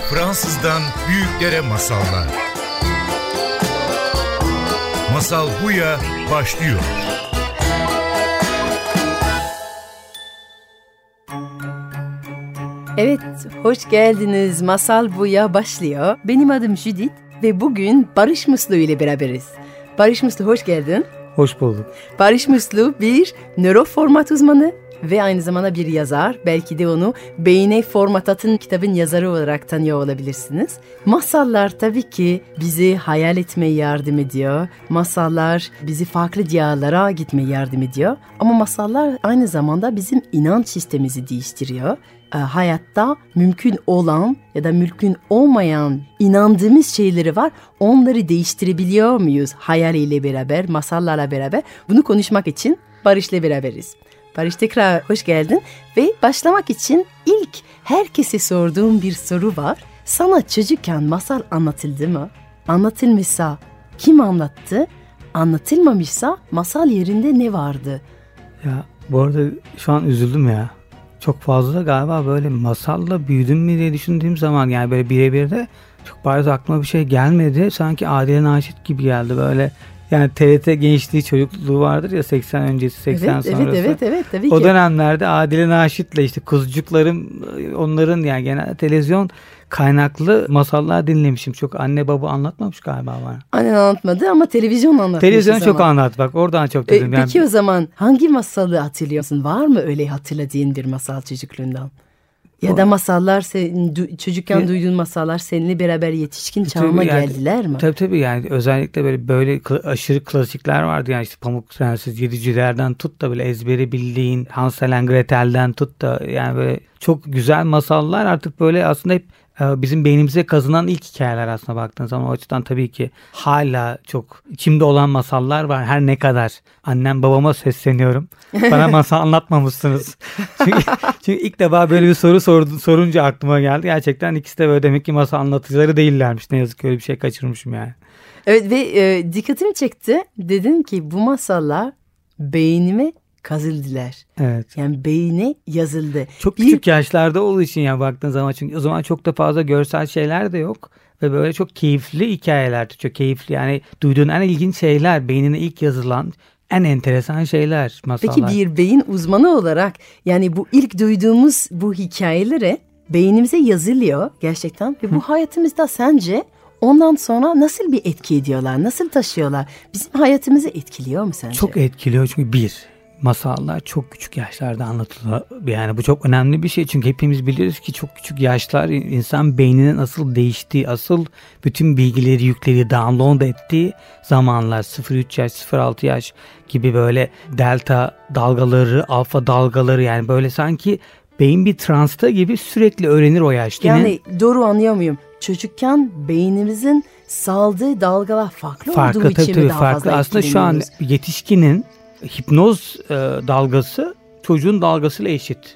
Fransızdan büyüklere masallar. Masal Buya başlıyor. Evet, hoş geldiniz. Masal Buya başlıyor. Benim adım Judith ve bugün Barış Muslu ile beraberiz. Barış Muslu, hoş geldin. Hoş bulduk. Barış Muslu bir nöroformat uzmanı ve aynı zamanda bir yazar. Belki de onu Beyne Format Atın kitabın yazarı olarak tanıyor olabilirsiniz. Masallar tabii ki bizi hayal etmeye yardım ediyor. Masallar bizi farklı diyarlara gitmeye yardım ediyor. Ama masallar aynı zamanda bizim inanç sistemimizi değiştiriyor. Hayatta mümkün olan ya da mümkün olmayan inandığımız şeyleri var. Onları değiştirebiliyor muyuz hayaliyle beraber, masallarla beraber? Bunu konuşmak için Barış'la beraberiz. Barış, tekrar hoş geldin ve başlamak için ilk herkese sorduğum bir soru var. Sana çocukken masal anlatıldı mı? Anlatılmışsa kim anlattı? Anlatılmamışsa masal yerinde ne vardı? Ya bu arada şu an üzüldüm ya. Çok fazla galiba böyle masalla büyüdüm mü diye düşündüğüm zaman, yani böyle birebir de çok bariz aklıma bir şey gelmedi. Sanki Adile Naşit gibi geldi böyle. Yani TRT gençliği çocukluğu vardır ya, 80 öncesi 80 sonrası. Evet tabii ki. O dönemlerde Adile Naşit'le işte Kuzucuklarım, onların yani genel televizyon kaynaklı masallar dinlemişim. Çok anne baba anlatmamış galiba bana. Annen anlatmadı ama televizyon anlatmış. Televizyon çok anlat bak, oradan çok dedim. Peki yani... o zaman hangi masalı hatırlıyorsun? Var mı öyle hatırladığın bir masal çocukluğundan? Ya da masallar, çocukken duyduğun masallar seninle beraber yetişkin çağına geldiler mi? Tabii yani özellikle böyle aşırı klasikler vardı. Yani işte Pamuk Prenses, Yedi Cüceler'den tut da böyle ezberi bildiğin Hansel and Gretel'den tut da yani böyle çok güzel masallar artık böyle aslında hep bizim beynimize kazınan ilk hikayeler aslında baktığın zaman. O açıdan tabii ki hala çok içimde olan masallar var. Her ne kadar annem babama sesleniyorum. Bana masal anlatmamışsınız. Çünkü ilk defa böyle bir soru sorunca aklıma geldi. Gerçekten ikisi de böyle demek ki masal anlatıcıları değillermiş. Ne yazık ki öyle bir şey kaçırmışım yani. Evet ve dikkatimi çekti. Dedin ki bu masallar beynime kazıldılar. Evet. Yani beyne yazıldı. Çok küçük yaşlarda olduğu için ya baktığın zaman, çünkü o zaman çok da fazla görsel şeyler de yok ve böyle çok keyifli hikayeler, çok keyifli yani duyduğun en ilginç şeyler, beynine ilk yazılan en enteresan şeyler, masallar. Peki bir beyin uzmanı olarak yani bu ilk duyduğumuz bu hikayeleri beynimize yazılıyor gerçekten ve bu hayatımızda sence ondan sonra nasıl bir etki ediyorlar, nasıl taşıyorlar? Bizim hayatımızı etkiliyor mu sence? Çok etkiliyor çünkü masallar çok küçük yaşlarda anlatılıyor. Yani bu çok önemli bir şey. Çünkü hepimiz biliyoruz ki çok küçük yaşlar insan beyninin nasıl değiştiği, asıl bütün bilgileri yüklediği, download ettiği zamanlar. 0-3 yaş, 0-6 yaş gibi böyle delta dalgaları, alfa dalgaları, yani böyle sanki beyin bir transta gibi sürekli öğrenir o yaşta. Yani doğru anlıyor muyum? Çocukken beynimizin saldığı dalgalar farklı olduğu için mi daha farklı. Fazla aslında şu an yetişkinin hipnoz dalgası çocuğun dalgasıyla eşit.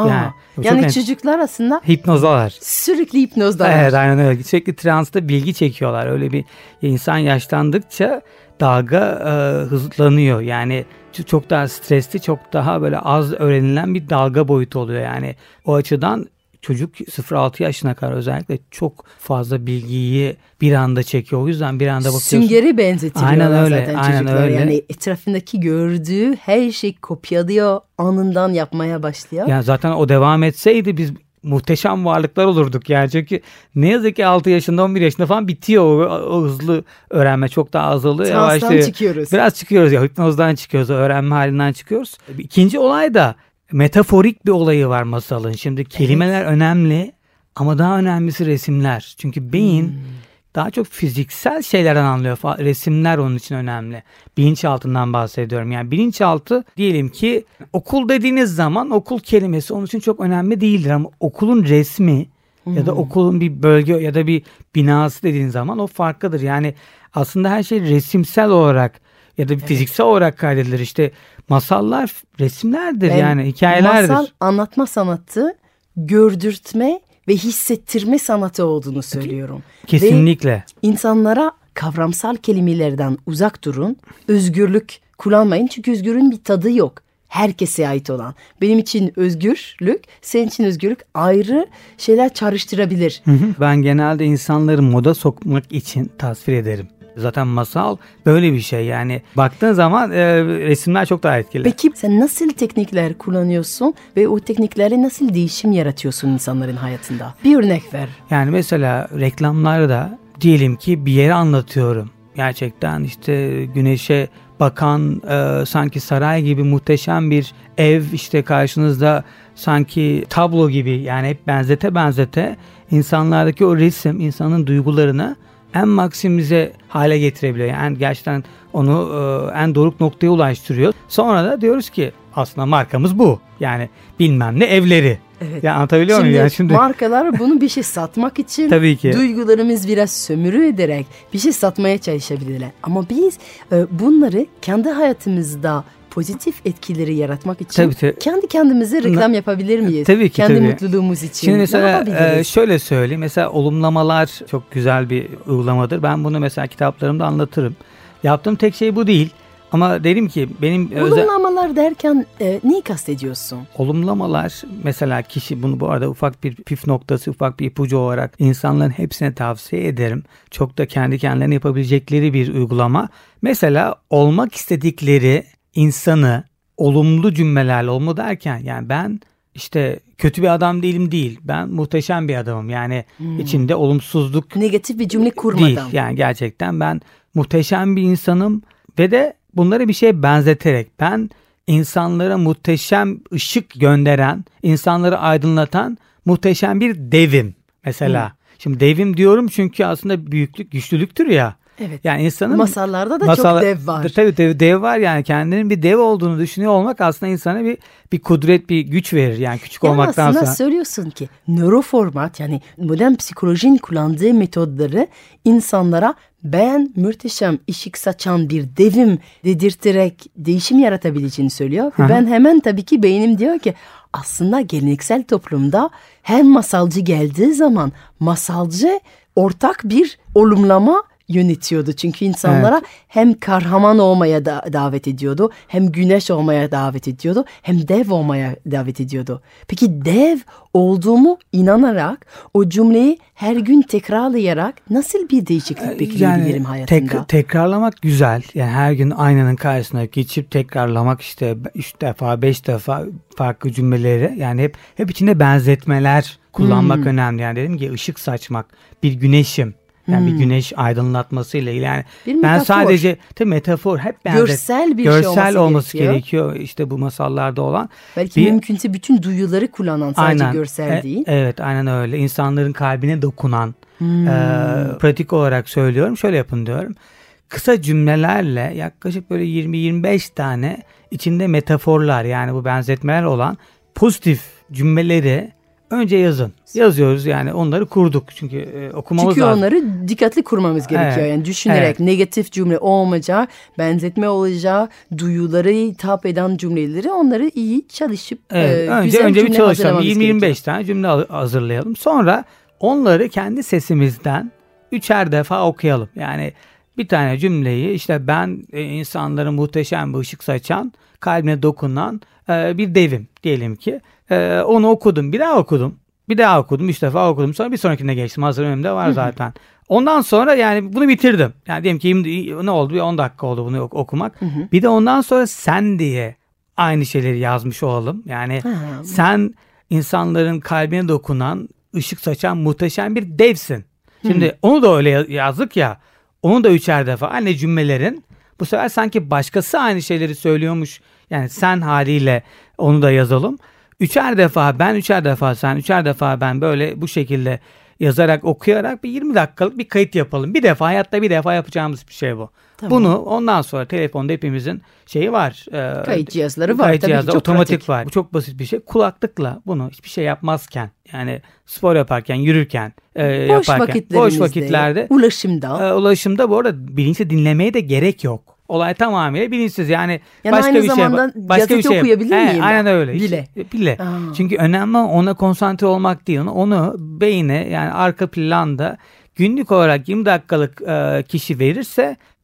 Yani çocuklar aslında hipnozdalar. Sürekli hipnozdalar. Evet, aynen öyle. Sürekli transta bilgi çekiyorlar. Öyle bir insan yaşlandıkça dalga hızlanıyor. Yani çok daha stresli, çok daha böyle az öğrenilen bir dalga boyutu oluyor. Yani o açıdan çocuk 0-6 yaşına kadar özellikle çok fazla bilgiyi bir anda çekiyor. O yüzden bir anda bakıyorsun. Süngeri benzetiliyorlar zaten çocuklar. Aynen öyle. Yani etrafındaki gördüğü her şeyi kopyalıyor, anından yapmaya başlıyor. Yani zaten o devam etseydi biz muhteşem varlıklar olurduk yani. Çünkü ne yazık ki 6 yaşında 11 yaşında falan bitiyor o hızlı öğrenme, çok daha azalıyor. Transtan çıkıyoruz. Biraz çıkıyoruz ya, hipnozdan çıkıyoruz, öğrenme halinden çıkıyoruz. İkinci olay da metaforik bir olayı var masalın. Şimdi kelimeler önemli ama daha önemlisi resimler. Çünkü beyin daha çok fiziksel şeylerden anlıyor. Resimler onun için önemli. Bilinçaltından bahsediyorum. Yani bilinçaltı, diyelim ki okul dediğiniz zaman okul kelimesi onun için çok önemli değildir. Ama okulun resmi ya da okulun bir bölge ya da bir binası dediğin zaman o farklıdır. Yani aslında her şey resimsel olarak ya da fiziksel olarak kaydedilir. İşte masallar resimlerdir, yani hikayelerdir. Masal anlatma sanatı, gördürtme ve hissettirme sanatı olduğunu söylüyorum. Kesinlikle. Ve insanlara kavramsal kelimelerden uzak durun. Özgürlük kullanmayın çünkü özgürlüğün bir tadı yok. herkese ait olan. Benim için özgürlük, senin için özgürlük ayrı şeyler çağrıştırabilir. Ben genelde insanları moda sokmak için tasvir ederim. Zaten masal böyle bir şey, yani baktığın zaman resimler çok daha etkili. Peki sen nasıl teknikler kullanıyorsun ve o tekniklerle nasıl değişim yaratıyorsun insanların hayatında? Bir örnek ver. Yani mesela reklamlarda diyelim ki bir yeri anlatıyorum. Gerçekten işte güneşe bakan sanki saray gibi muhteşem bir ev, işte karşınızda sanki tablo gibi, yani hep benzete insanlardaki o resim insanın duygularını en maksimize hale getirebiliyor. Yani gerçekten onu en doruk noktaya ulaştırıyor. Sonra da diyoruz ki aslında markamız bu. Yani bilmem ne evleri. Evet. Ya anlatabiliyor muyum? Yani Şimdi markalar bunu bir şey satmak için tabii ki duygularımız biraz sömürü ederek bir şey satmaya çalışabilirler. Ama biz bunları kendi hayatımızda pozitif etkileri yaratmak için kendi kendimize reklam yapabilir miyiz? Tabii ki. Kendi mutluluğumuz için. Şimdi mesela şöyle söyleyeyim. Mesela olumlamalar çok güzel bir uygulamadır. Ben bunu mesela kitaplarımda anlatırım. Yaptığım tek şey bu değil. Ama derim ki benim olumlamalar derken neyi kastediyorsun? Olumlamalar mesela kişi, bunu bu arada ufak bir püf noktası, ufak bir ipucu olarak insanların hepsine tavsiye ederim. Çok da kendi kendilerine yapabilecekleri bir uygulama. Mesela olmak istedikleri insanı olumlu cümlelerle, olumlu derken yani ben işte kötü bir adam değilim değil. Ben muhteşem bir adamım. Yani içinde olumsuzluk, negatif bir cümle kurmadan. Değil. Yani gerçekten ben muhteşem bir insanım ve de bunları bir şeye benzeterek ben insanlara muhteşem ışık gönderen, insanları aydınlatan muhteşem bir devim mesela. Şimdi devim diyorum çünkü aslında büyüklük güçlülüktür ya. Evet. Yani insanın masallarda da çok dev var. Tabii dev var, yani kendinin bir dev olduğunu düşünüyor olmak aslında insana bir kudret, bir güç verir. Yani küçük olmaktan aslında sonra. Söylüyorsun ki nöroformat, yani modern psikolojinin kullandığı metodları insanlara ben muhteşem ışık saçan bir devim dedirterek değişim yaratabileceğini söylüyor. Ve ben hemen tabii ki beynim diyor ki aslında geleneksel toplumda her masalcı geldiği zaman masalcı ortak bir olumlama yönetiyordu. Çünkü insanlara hem kahraman olmaya davet ediyordu, hem güneş olmaya davet ediyordu, hem dev olmaya davet ediyordu. Peki dev olduğumu inanarak o cümleyi her gün tekrarlayarak nasıl bir değişiklik bekleyebilirim hayatımda? Tekrarlamak güzel. Yani her gün aynanın karşısına geçip tekrarlamak, işte 3 defa 5 defa farklı cümleleri, yani hep içinde benzetmeler kullanmak önemli. Yani dedim ki ışık saçmak, bir güneşim. Yani bir güneş aydınlatmasıyla ilgili. Yani ben sadece metafor, hep görsel olması gerekiyor. İşte bu masallarda olan. Belki mümkünse bütün duyuları kullanan, sadece görsel değil. Evet, aynen öyle. İnsanların kalbine dokunan, pratik olarak söylüyorum. Şöyle yapın diyorum. Kısa cümlelerle yaklaşık böyle 20-25 tane içinde metaforlar, yani bu benzetmeler olan pozitif cümleleri önce yazın. Yazıyoruz, yani onları kurduk. Çünkü okumamız lazım. Çünkü onları dikkatli kurmamız gerekiyor. Evet. Yani düşünerek negatif cümle olmayacağı, benzetme olacağı, duyulara hitap eden cümleleri, onları iyi çalışıp güzel önce bir çalışalım. 20-25 tane cümle hazırlayalım. Sonra onları kendi sesimizden 3'er defa okuyalım. Yani bir tane cümleyi işte ben insanların muhteşem bir ışık saçan, kalbine dokunan bir devim diyelim ki. Onu okudum. Bir daha okudum. 3 defa okudum. Sonra bir sonrakine geçtim. Hazır önümde var zaten. Ondan sonra yani bunu bitirdim. Yani diyelim ki ne oldu? Bir 10 dakika oldu bunu okumak. Bir de ondan sonra sen diye aynı şeyleri yazmış olalım. Yani sen insanların kalbine dokunan, ışık saçan muhteşem bir devsin. Şimdi onu da öyle yazdık ya. Onu da 3'er defa aynı cümlelerin, bu sefer sanki başkası aynı şeyleri söylüyormuş. Yani sen haliyle onu da yazalım. 3'er defa ben, 3'er defa sen, 3'er defa ben, böyle bu şekilde yazarak, okuyarak bir 20 dakikalık bir kayıt yapalım. Bir defa, hayatta bir defa yapacağımız bir şey bu. Tamam. Bunu ondan sonra telefonda hepimizin şeyi var. Kayıt cihazları var. Kayıt cihazları otomatik pratik var. Bu çok basit bir şey. Kulaklıkla bunu hiçbir şey yapmazken, yani spor yaparken, yürürken, boş vakitlerde, ulaşımda bu arada bilinçli dinlemeye de gerek yok. Olay tamamıyla bilinçsiz. Yani başka aynı bir zamanda şey, başka bir şey okuyabilir miyim? Aynen öyle. Bile. Çünkü önemli ona konsantre olmak değil. Onu beyne, yani arka planda günlük olarak 20 dakikalık kişi verirse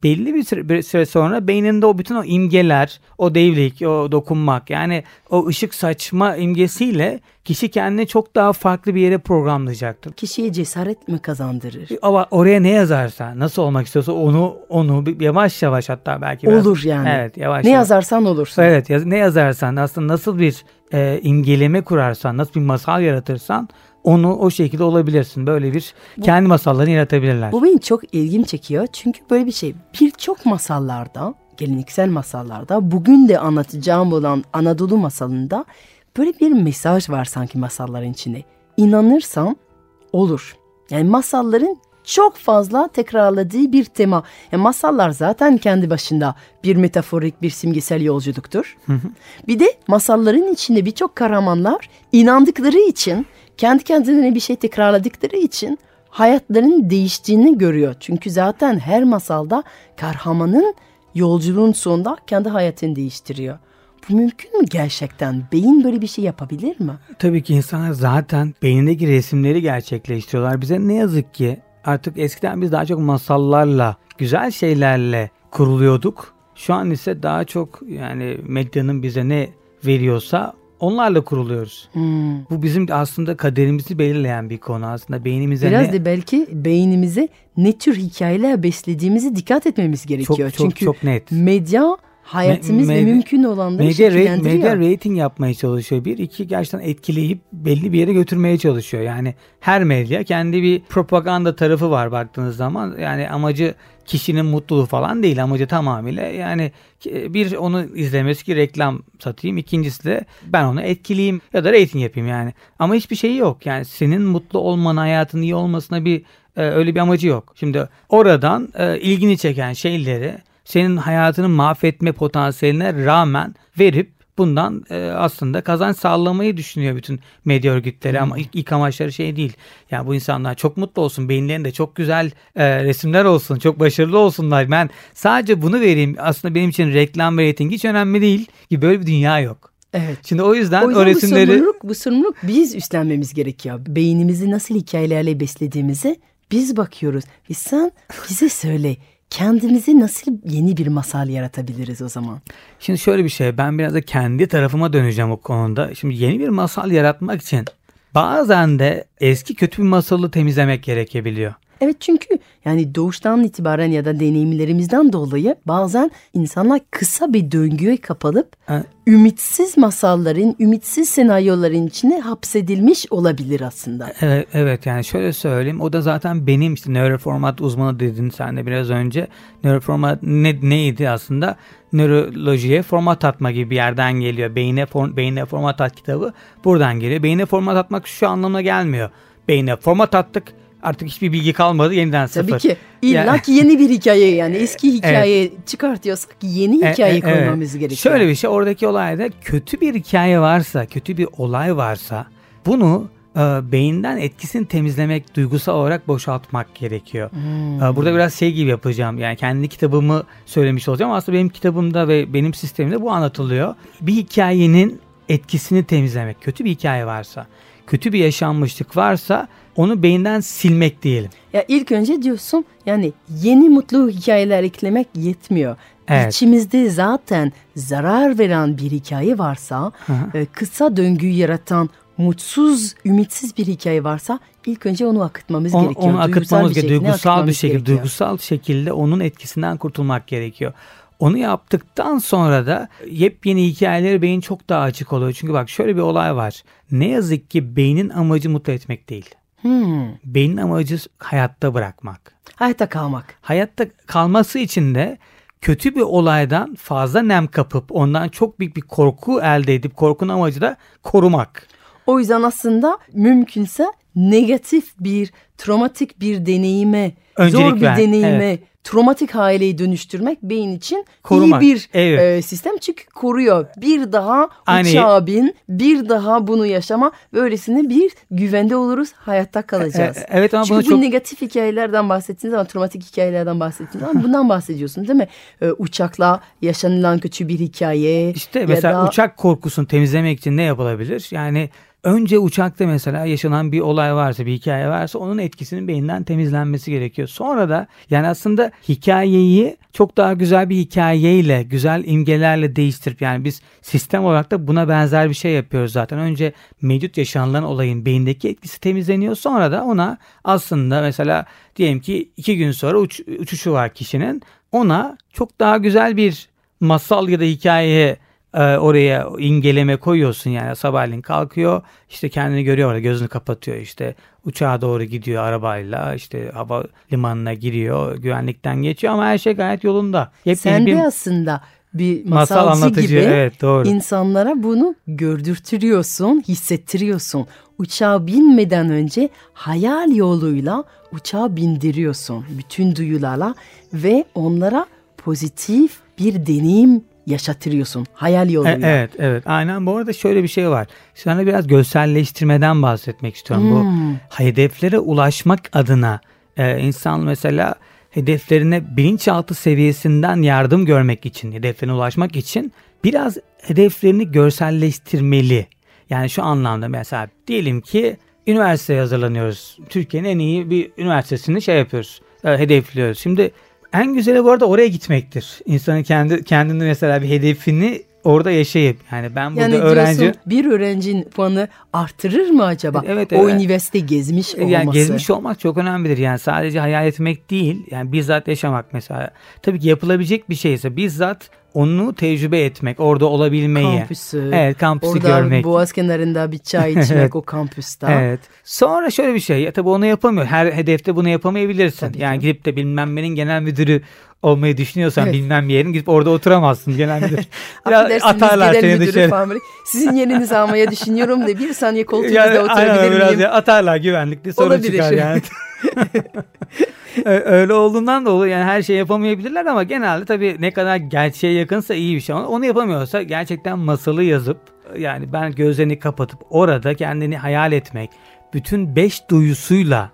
belli bir süre sonra beyninde o bütün o imgeler, o devlik, o dokunmak, yani o ışık saçma imgesiyle kişi kendini çok daha farklı bir yere programlayacaktır. Kişiye cesaret mi kazandırır? Ama oraya ne yazarsa, nasıl olmak istiyorsa onu yavaş yavaş, hatta belki biraz, olur yani. Evet, yavaş ne yavaş. yazarsan olursun. Evet, ne yazarsan, aslında nasıl bir imgeleme kurarsan, nasıl bir masal yaratırsan onu o şekilde olabilirsin. Böyle bir kendi masallarını yaratabilirler. Bu benim çok ilgimi çekiyor. Çünkü böyle bir şey birçok masallarda, geleneksel masallarda, bugün de anlatacağım olan Anadolu masalında böyle bir mesaj var sanki masalların içinde. İnanırsam olur. Yani masalların çok fazla tekrarladığı bir tema. Yani masallar zaten kendi başında bir metaforik, bir simgesel yolculuktur. Bir de masalların içinde birçok kahramanlar inandıkları için, kendi kendilerine bir şey tekrarladıkları için hayatlarının değiştiğini görüyor. Çünkü zaten her masalda kahramanın yolculuğun sonunda kendi hayatını değiştiriyor. Bu mümkün mü gerçekten? Beyin böyle bir şey yapabilir mi? Tabii ki insanlar zaten beynindeki resimleri gerçekleştiriyorlar. Bize ne yazık ki artık eskiden biz daha çok masallarla, güzel şeylerle kuruluyorduk. Şu an ise daha çok yani medyanın bize ne veriyorsa onlarla kuruluyoruz. Bu bizim aslında kaderimizi belirleyen bir konu aslında. Beynimize biraz da belki beynimize ne tür hikayeler beslediğimizi dikkat etmemiz gerekiyor. Çünkü çok net. Medya hayatımız ve mümkün olanları şekillendiriyor. Medya rating yapmaya çalışıyor. Bir, iki, gerçekten etkileyip belli bir yere götürmeye çalışıyor. Yani her medya kendi bir propaganda tarafı var baktığınız zaman. Yani amacı kişinin mutluluğu falan değil. Amacı tamamıyla yani bir, onu izlemesi ki reklam satayım. İkincisi de ben onu etkileyeyim ya da rating yapayım yani. Ama hiçbir şeyi yok. Yani senin mutlu olman, hayatın iyi olmasına öyle bir amacı yok. Şimdi oradan ilgini çeken şeyleri senin hayatını mahvetme potansiyeline rağmen verip bundan aslında kazanç sağlamayı düşünüyor bütün medya örgütleri. Ama ilk amaçları şey değil. Yani bu insanlar çok mutlu olsun, beyinlerinde çok güzel resimler olsun, çok başarılı olsunlar. Ben sadece bunu vereyim. Aslında benim için reklam ve reyting hiç önemli değil ki, böyle bir dünya yok. Evet. Şimdi o yüzden o resimleri... Bu sorumluluk biz üstlenmemiz gerekiyor. Beynimizi nasıl hikayelerle beslediğimize biz bakıyoruz. Ve sen bize söyle, kendimize nasıl yeni bir masal yaratabiliriz o zaman? Şimdi şöyle bir şey, ben biraz da kendi tarafıma döneceğim o konuda. Şimdi yeni bir masal yaratmak için bazen de eski kötü bir masalı temizlemek gerekebiliyor. Evet, çünkü yani doğuştan itibaren ya da deneyimlerimizden dolayı bazen insanlar kısa bir döngüye kapılıp ümitsiz masalların, ümitsiz senaryoların içine hapsedilmiş olabilir aslında. Evet, yani şöyle söyleyeyim, o da zaten benim işte nöroformat uzmanı dedin sen de biraz önce. Nöroformat neydi aslında? Nörolojiye format atma gibi bir yerden geliyor. Beyne format at kitabı buradan geliyor. Beyne format atmak şu anlamına gelmiyor. Beyne format attık, artık hiçbir bilgi kalmadı, yeniden sıfır. Tabii ki. İlla ki yeni bir hikaye, yani eski hikaye çıkartıyorsak yeni hikaye koymamız gerekiyor. Şöyle bir şey, oradaki olayda kötü bir hikaye varsa, kötü bir olay varsa bunu beyinden etkisini temizlemek, duygusal olarak boşaltmak gerekiyor. Burada biraz şey gibi yapacağım, yani kendi kitabımı söylemiş olacağım. Aslında benim kitabımda ve benim sistemimde bu anlatılıyor. Bir hikayenin etkisini temizlemek, kötü bir hikaye varsa, kötü bir yaşanmışlık varsa onu beyinden silmek diyelim. Ya ilk önce diyorsun yani yeni mutlu hikayeler eklemek yetmiyor. Evet. İçimizde zaten zarar veren bir hikaye varsa, kısa döngüyü yaratan mutsuz, ümitsiz bir hikaye varsa ilk önce onu akıtmamız gerekiyor. Onu akıtmamız gerekiyor. Duygusal şekilde onun etkisinden kurtulmak gerekiyor. Onu yaptıktan sonra da yepyeni hikayeleri beyin çok daha açık oluyor. Çünkü bak, şöyle bir olay var. Ne yazık ki beynin amacı mutlu etmek değil. Beynin amacı hayatta bırakmak. Hayatta kalmak. Hayatta kalması için de kötü bir olaydan fazla nem kapıp ondan çok büyük bir korku elde edip korkunun amacı da korumak. O yüzden aslında mümkünse negatif bir, travmatik bir deneyime, zor bir deneyime, travmatik haleyi dönüştürmek beyin için korumak. İyi bir sistem, çünkü koruyor. Bir daha uçağa bin, bir daha bunu yaşama, böylesine bir güvende oluruz, hayatta kalacağız. Evet, ama çünkü bu negatif hikayelerden bahsettiğiniz zaman, travmatik hikayelerden bahsettiğiniz zaman bundan bahsediyorsun değil mi? Uçakla yaşanılan kötü bir hikaye. İşte mesela uçak korkusunu temizlemek için ne yapılabilir? Yani önce uçakta mesela yaşanan bir olay varsa, bir hikaye varsa onun etkisinin beyinden temizlenmesi gerekiyor. Sonra da yani aslında hikayeyi çok daha güzel bir hikayeyle, güzel imgelerle değiştirip, yani biz sistem olarak da buna benzer bir şey yapıyoruz zaten. Önce mevcut yaşanılan olayın beyindeki etkisi temizleniyor. Sonra da ona aslında mesela diyelim ki 2 gün sonra uçuşu var kişinin. Ona çok daha güzel bir masal ya da hikaye oraya imgeleme koyuyorsun. Yani sabahleyin kalkıyor, işte kendini görüyor orada, gözünü kapatıyor, işte uçağa doğru gidiyor arabayla, işte hava limanına giriyor, güvenlikten geçiyor ama her şey gayet yolunda. Sen de aslında bir masalcı anlatıcı gibi, evet, doğru. insanlara bunu gördürtüyorsun, hissettiriyorsun. Uçağa binmeden önce hayal yoluyla uçağa bindiriyorsun bütün duyularla ve onlara pozitif bir deneyim yaşatıyorsun hayal yoluyla. Evet. Aynen, bu arada şöyle bir şey var. Sana biraz görselleştirmeden bahsetmek istiyorum. Bu hedeflere ulaşmak adına insan mesela hedeflerine bilinçaltı seviyesinden yardım görmek için, hedeflerine ulaşmak için biraz hedeflerini görselleştirmeli. Yani şu anlamda, mesela diyelim ki üniversiteye hazırlanıyoruz. Türkiye'nin en iyi bir üniversitesini yapıyoruz, hedefliyoruz. Şimdi en güzeli bu arada oraya gitmektir. İnsanın kendini mesela bir hedefini orada yaşayıp, yani ben burada diyorsun, bir öğrencinin puanı artırır mı acaba? Evet. O üniversite gezmiş olması. Yani gezmiş olmak çok önemlidir. Yani sadece hayal etmek değil, yani bizzat yaşamak mesela. Tabii ki yapılabilecek bir şeyse bizzat onu tecrübe etmek, orada olabilmeyi. Kampüsü. Evet, kampüsü orada görmek. Boğaz kenarında bir çay içmek evet. O kampüste. Evet. Sonra şöyle bir şey. Tabii onu yapamıyor. Her hedefte bunu yapamayabilirsin. Tabii yani ki. gidip de bilmem nenin genel müdürü olmayı düşünüyorsan, evet. bilmem bir yerin, gidip orada oturamazsın genel müdür. Atarlar seni dışarı. Sizin yerinizi almaya düşünüyorum de bir saniye koltuğunuzda oturabilir miyim? Atarlar, güvenlikli sorun olabilir. Çıkar yani. Öyle olduğundan dolayı yani her şey yapamayabilirler ama genelde tabii ne kadar gerçeğe yakınsa iyi bir şey. Onu yapamıyorsa gerçekten masalı yazıp, yani ben gözlerini kapatıp orada kendini hayal etmek, bütün 5 duyusuyla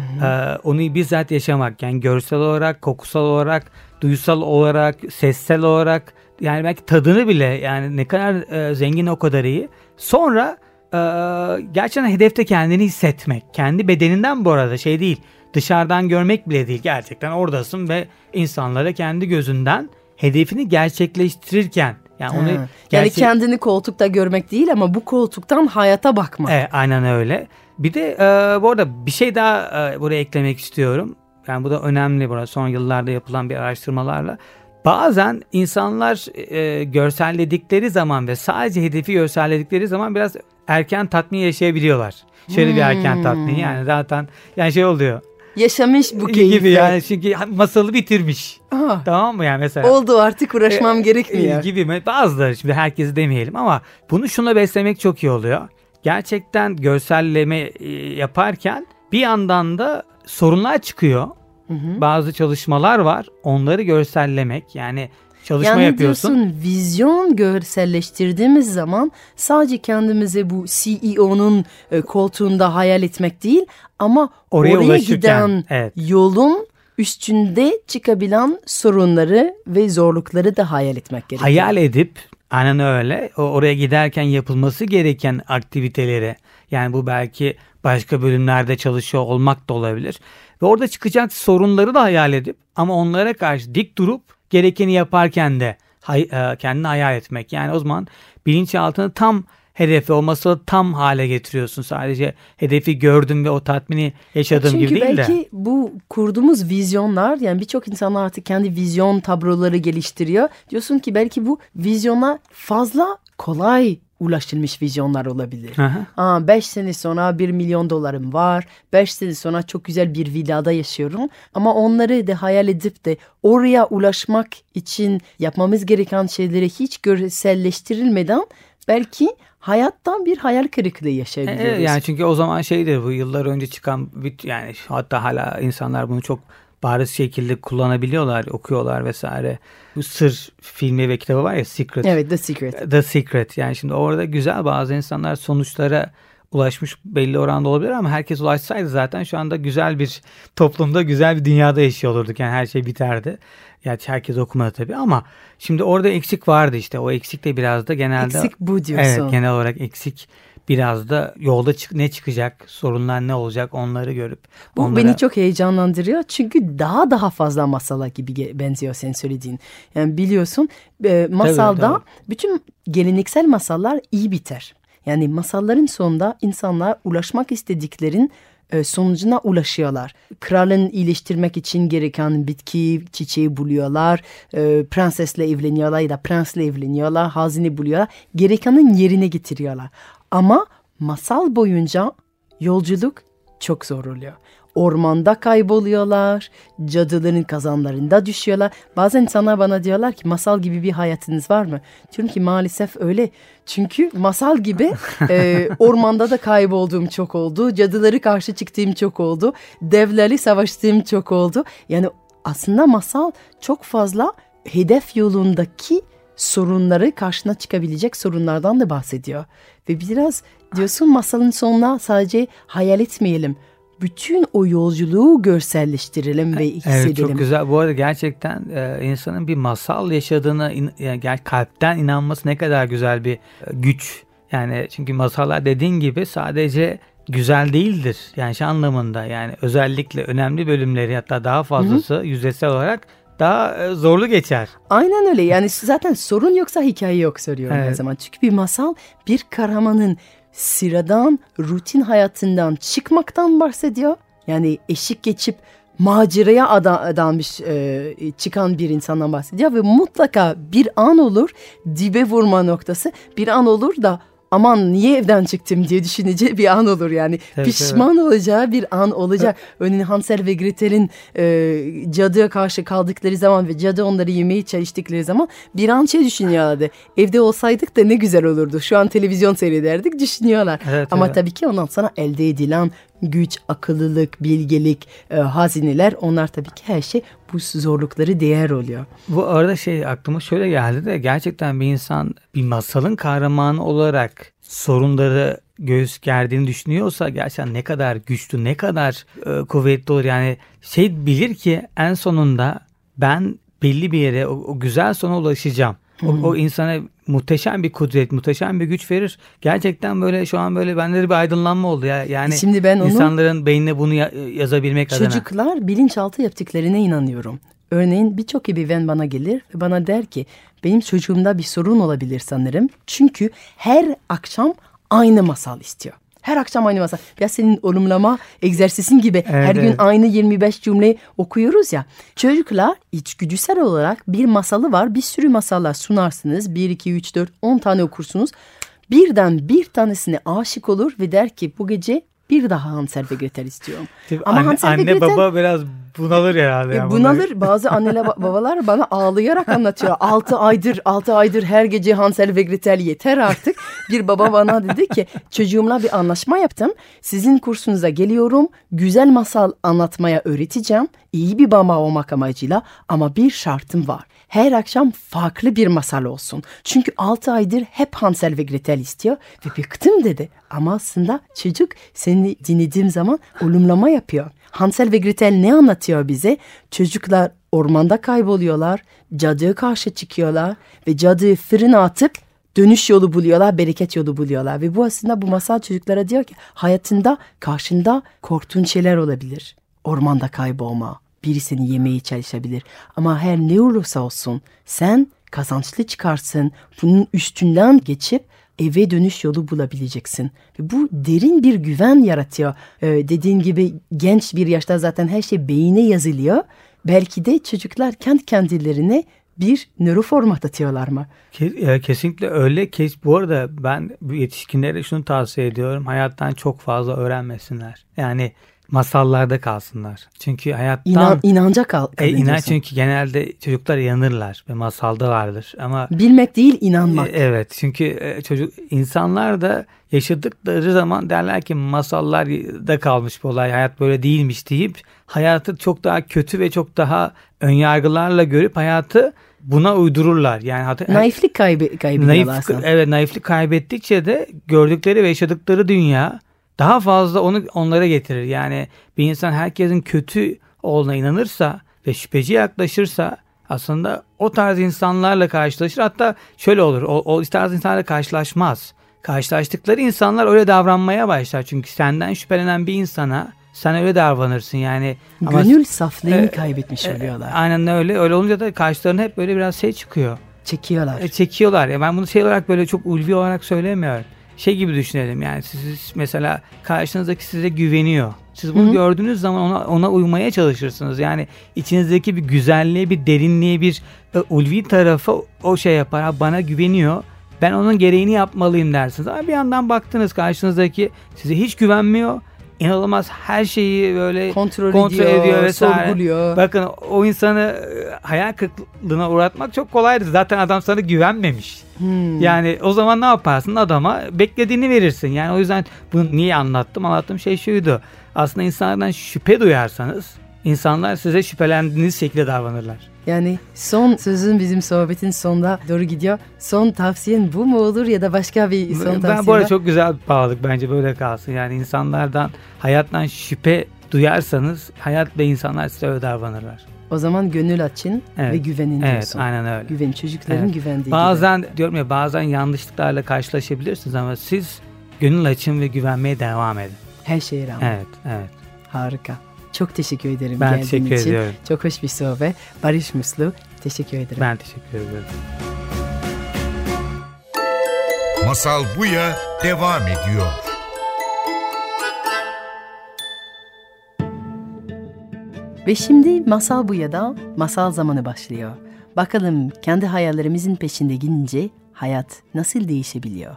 onu bizzat yaşamak, yani görsel olarak, kokusal olarak, duysal olarak, sessel olarak, yani belki tadını bile, yani ne kadar zengin o kadar iyi. Sonra gerçekten hedefte kendini hissetmek, kendi bedeninden, bu arada şey değil, dışarıdan görmek bile değil, gerçekten oradasın ve insanlara kendi gözünden hedefini gerçekleştirirken, yani onu yani kendini koltukta görmek değil ama bu koltuktan hayata bakmak. Aynen öyle. Bir de bu arada bir şey daha buraya eklemek istiyorum. Yani bu da önemli, burada son yıllarda yapılan bir araştırmalarla. Bazen insanlar görselledikleri zaman ve sadece hedefi görselledikleri zaman biraz erken tatmin yaşayabiliyorlar. Şöyle bir erken tatmin, yani zaten yani şey oluyor. Yaşamış bu keyfi. Gibi yani, çünkü masalı bitirmiş. Aha. Tamam mı yani mesela. Oldu, artık uğraşmam gerekmiyor. Gibi mi? Bazıları, şimdi herkesi demeyelim ama bunu şuna beslemek çok iyi oluyor. Gerçekten görselleme yaparken bir yandan da sorunlar çıkıyor. Bazı çalışmalar var. Onları görsellemek, yani çalışma yapıyorsun. Yani diyorsun, vizyon görselleştirdiğimiz zaman sadece kendimize bu CEO'nun koltuğunda hayal etmek değil ama oraya giden yolun üstünde çıkabilen sorunları ve zorlukları da hayal etmek gerekiyor. Hayal edip, aynen öyle, oraya giderken yapılması gereken aktiviteleri, yani bu belki başka bölümlerde çalışıyor olmak da olabilir. Ve orada çıkacak sorunları da hayal edip ama onlara karşı dik durup gerekeni yaparken de kendini hayal etmek. Yani o zaman bilinçaltını tam hedefi, o masalı tam hale getiriyorsun. Sadece hedefi gördüm ve o tatmini yaşadığım gibi değil de. Çünkü belki bu kurduğumuz vizyonlar, yani birçok insan artık kendi vizyon tabloları geliştiriyor. Diyorsun ki belki bu vizyona fazla kolay ulaşılmış vizyonlar olabilir. 5 sene sonra $1 milyon var. 5 sene sonra çok güzel bir villada yaşıyorum. Ama onları da hayal edip de oraya ulaşmak için yapmamız gereken şeyleri hiç görselleştirilmeden belki hayattan bir hayal kırıklığı yaşayabiliyoruz. Yani çünkü o zaman şeydir, bu yıllar önce çıkan, yani hatta hala insanlar bunu çok bariz şekilde kullanabiliyorlar, okuyorlar vesaire. Bu Sır filmi ve kitabı var ya, Secret. Evet, The Secret. The Secret. Yani şimdi orada güzel, bazı insanlar sonuçlara ulaşmış belli oranda olabilir ama herkes ulaşsaydı zaten şu anda güzel bir toplumda, güzel bir dünyada yaşıyor olurduk. Yani her şey biterdi. Yani herkes okumadı tabii ama şimdi orada eksik vardı işte. O eksik de biraz da genelde... Eksik bu diyorsun. Evet, genel olarak eksik biraz da yolda ne çıkacak, sorunlar ne olacak onları görüp. Bu beni çok heyecanlandırıyor çünkü daha fazla masala gibi benziyor senin söylediğin. Yani biliyorsun masalda tabii. Bütün geleneksel masallar iyi biter. Yani masalların sonunda insanlar ulaşmak istediklerin sonucuna ulaşıyorlar. Kralın iyileştirmek için gereken bitki, çiçeği buluyorlar. Prensesle evleniyorlar ya da prensle evleniyorlar. Hazine buluyorlar. Gerekenin yerine getiriyorlar. Ama masal boyunca yolculuk çok zor oluyor. Ormanda kayboluyorlar. Cadıların kazanlarında düşüyorlar. Bazen insanlar bana diyorlar ki masal gibi bir hayatınız var mı? Diyorum ki maalesef öyle. Çünkü masal gibi ormanda da kaybolduğum çok oldu. Cadıları karşı çıktığım çok oldu. Devlerle savaştığım çok oldu. Yani aslında masal çok fazla hedef yolundaki sorunları, karşına çıkabilecek sorunlardan da bahsediyor. Ve biraz diyorsun masalın sonuna sadece hayal etmeyelim. Bütün o yolculuğu görselleştirelim ve hissedelim. Evet, çok güzel. Bu arada gerçekten insanın bir masal yaşadığına kalpten inanması ne kadar güzel bir güç. Yani çünkü masallar dediğin gibi sadece güzel değildir. Yani şey anlamında, yani özellikle önemli bölümleri, hatta daha fazlası yüzeysel olarak daha zorlu geçer. Aynen öyle. Yani zaten sorun yoksa hikaye yok söylüyorum her zaman. Çünkü bir masal bir kahramanın sıradan, rutin hayatından çıkmaktan bahsediyor. Yani eşik geçip maceraya adanmış çıkan bir insandan bahsediyor. Ve mutlaka bir an olur, dibe vurma noktası bir an olur da aman niye evden çıktım diye düşüneceği bir an olur yani. Evet, pişman olacağı bir an olacak. Örneğin Hansel ve Gretel'in cadıya karşı kaldıkları zaman ve cadı onları yemeye çalıştıkları zaman bir an şey düşünüyorlardı. Evde olsaydık da ne güzel olurdu. Şu an televizyon seyrederdik düşünüyorlar. Evet, ama tabii ki ondan sonra elde edilen güç, akıllılık, bilgelik, hazineler, onlar tabii ki her şey bu zorlukları değer oluyor. Bu arada aklıma şöyle geldi de, gerçekten bir insan bir masalın kahramanı olarak sorunları göğüs gerdiğini düşünüyorsa gerçekten ne kadar güçlü, ne kadar kuvvetli olur. Yani bilir ki en sonunda ben belli bir yere, o güzel sona ulaşacağım. O insana muhteşem bir kudret, muhteşem bir güç verir. Gerçekten böyle şu an böyle bende de bir aydınlanma oldu ya. Yani şimdi ben insanların beynine bunu yazabilmek adına. Çocuklar bilinçaltı yaptıklarına inanıyorum. Örneğin birçok ebeveyn bana gelir ve bana der ki benim çocuğumda bir sorun olabilir sanırım. Çünkü her akşam aynı masal istiyor. Her akşam aynı masal. Ya senin olumlama egzersizin gibi her gün aynı 25 cümle okuyoruz ya. Çocuklar içgüdüsel olarak bir masalı var. Bir sürü masallar sunarsınız. 1, 2, 3, 4, 10 tane okursunuz. Birden bir tanesine aşık olur ve der ki bu gece bir daha Hansel ve Gretel istiyorum. Ama anne baba biraz bunalır herhalde. Yani bunalır. Bazı anneler babalar bana ağlayarak anlatıyor. 6 aydır her gece Hansel ve Gretel yeter artık. Bir baba bana dedi ki çocuğumla bir anlaşma yaptım. Sizin kursunuza geliyorum. Güzel masal anlatmaya öğreteceğim. İyi bir baba olmak amacıyla, ama bir şartım var. Her akşam farklı bir masal olsun. Çünkü 6 aydır hep Hansel ve Gretel istiyor ve bıktım dedi. Ama aslında çocuk seni dinlediğim zaman olumlama yapıyor. Hansel ve Gretel ne anlatıyor bize? Çocuklar ormanda kayboluyorlar, cadıya karşı çıkıyorlar ve cadıyı fırına atıp dönüş yolu buluyorlar, bereket yolu buluyorlar. Ve bu aslında bu masal çocuklara diyor ki hayatında karşında korktuğun şeyler olabilir. Ormanda kaybolma, biri seni yemeye çalışabilir. Ama her ne olursa olsun sen kazançlı çıkarsın. Bunun üstünden geçip eve dönüş yolu bulabileceksin. Ve bu derin bir güven yaratıyor. Dediğin gibi genç bir yaşta zaten her şey beyine yazılıyor. Belki de çocuklar kendi kendilerine bir nöroformat atıyorlar mı? Kesinlikle öyle. Bu arada ben yetişkinlere şunu tavsiye ediyorum. Hayattan çok fazla öğrenmesinler. Yani masallarda kalsınlar. Çünkü hayattan inanca kalın. Çünkü genelde çocuklar inanırlar ve masalda vardır. Ama bilmek değil, inanmak. Evet. Çünkü insanlar da yaşadıkları zaman derler ki masallarda kalmış bu olay, hayat böyle değilmiş deyip hayatı çok daha kötü ve çok daha önyargılarla görüp hayatı buna uydururlar. Yani naiflik kaybediyorlar. Evet, naiflik kaybettikçe de gördükleri ve yaşadıkları dünya daha fazla onlara getirir. Yani bir insan herkesin kötü olduğuna inanırsa ve şüpheci yaklaşırsa aslında o tarz insanlarla karşılaşır. Hatta şöyle olur, o tarz insanlarla karşılaşmaz. karşılaştıkları insanlar öyle davranmaya başlar. Çünkü senden şüphelenen bir insana sen öyle davranırsın yani. Gönül saflığını kaybetmiş oluyorlar. Aynen öyle. Öyle olunca da karşılarına hep böyle biraz çıkıyor. Çekiyorlar. Çekiyorlar. Ya ben bunu olarak böyle çok ulvi olarak söylemiyorum. Gibi düşünelim yani siz mesela karşınızdaki size güveniyor. Siz bunu gördüğünüz zaman ona uymaya çalışırsınız. Yani içinizdeki bir güzelliğe, bir derinliğe, bir ulvi tarafa o yapar. Bana güveniyor. Ben onun gereğini yapmalıyım dersiniz. Ama bir yandan baktınız karşınızdaki size hiç güvenmiyor. İnanılmaz her şeyi böyle kontrol ediyor vesaire. Sorguluyor. Bakın o insanı hayal kırıklığına uğratmak çok kolaydır. Zaten adam sana güvenmemiş. Yani o zaman ne yaparsın? Adama beklediğini verirsin. Yani o yüzden bunu niye anlattım? Anlattığım şey şuydu. Aslında insanlardan şüphe duyarsanız insanlar size şüphelendiğiniz şekilde davranırlar. Yani son sözün bizim sohbetin sonuna doğru gidiyor. Son tavsiyen bu mu olur ya da başka bir son tavsiyen? Ben bu arada çok güzel bir bağlılık bence böyle kalsın. Yani insanlardan, hayattan şüphe duyarsanız hayat ve insanlar size öyle davranırlar. O zaman gönül açın ve güvenin diyorsun. Evet, aynen öyle. Güven, çocukların güvendiği bazen gibi. Diyorum ya bazen yanlışlıklarla karşılaşabilirsiniz ama siz gönül açın ve güvenmeye devam edin. Her şeye rağmen. Evet. Harika. Çok teşekkür ederim ben geldiğin teşekkür için. Ediyorum. Çok hoş bir sohbet. Barış Muslu. Teşekkür ederim. Ben teşekkür ederim. Masal Buya devam ediyor. Ve şimdi Masal Buya'da masal zamanı başlıyor. Bakalım kendi hayallerimizin peşinde gidince hayat nasıl değişebiliyor?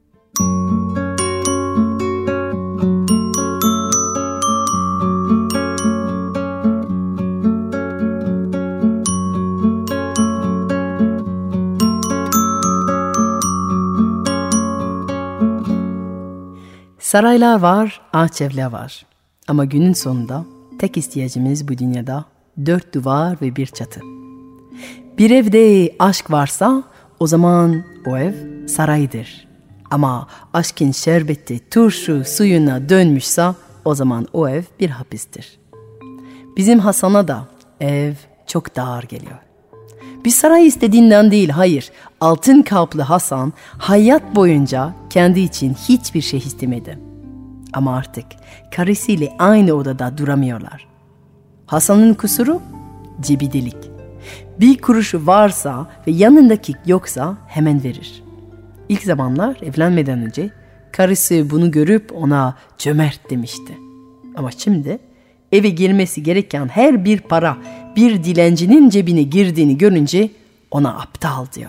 Saraylar var, ağaç evler var. Ama günün sonunda tek ihtiyacımız bu dünyada 4 duvar ve bir çatı. Bir evde aşk varsa o zaman o ev saraydır. Ama aşkın şerbeti turşu suyuna dönmüşse o zaman o ev bir hapistir. Bizim Hasan'a da ev çok dar geliyor. Bir saray istediğinden değil, hayır. Altın kalpli Hasan hayat boyunca kendi için hiçbir şey istemedi. Ama artık karısıyla aynı odada duramıyorlar. Hasan'ın kusuru cibidilik. Bir kuruşu varsa ve yanındaki yoksa hemen verir. İlk zamanlar evlenmeden önce karısı bunu görüp ona cömert demişti. Ama şimdi eve girmesi gereken her bir para bir dilencinin cebine girdiğini görünce ona aptal diyor.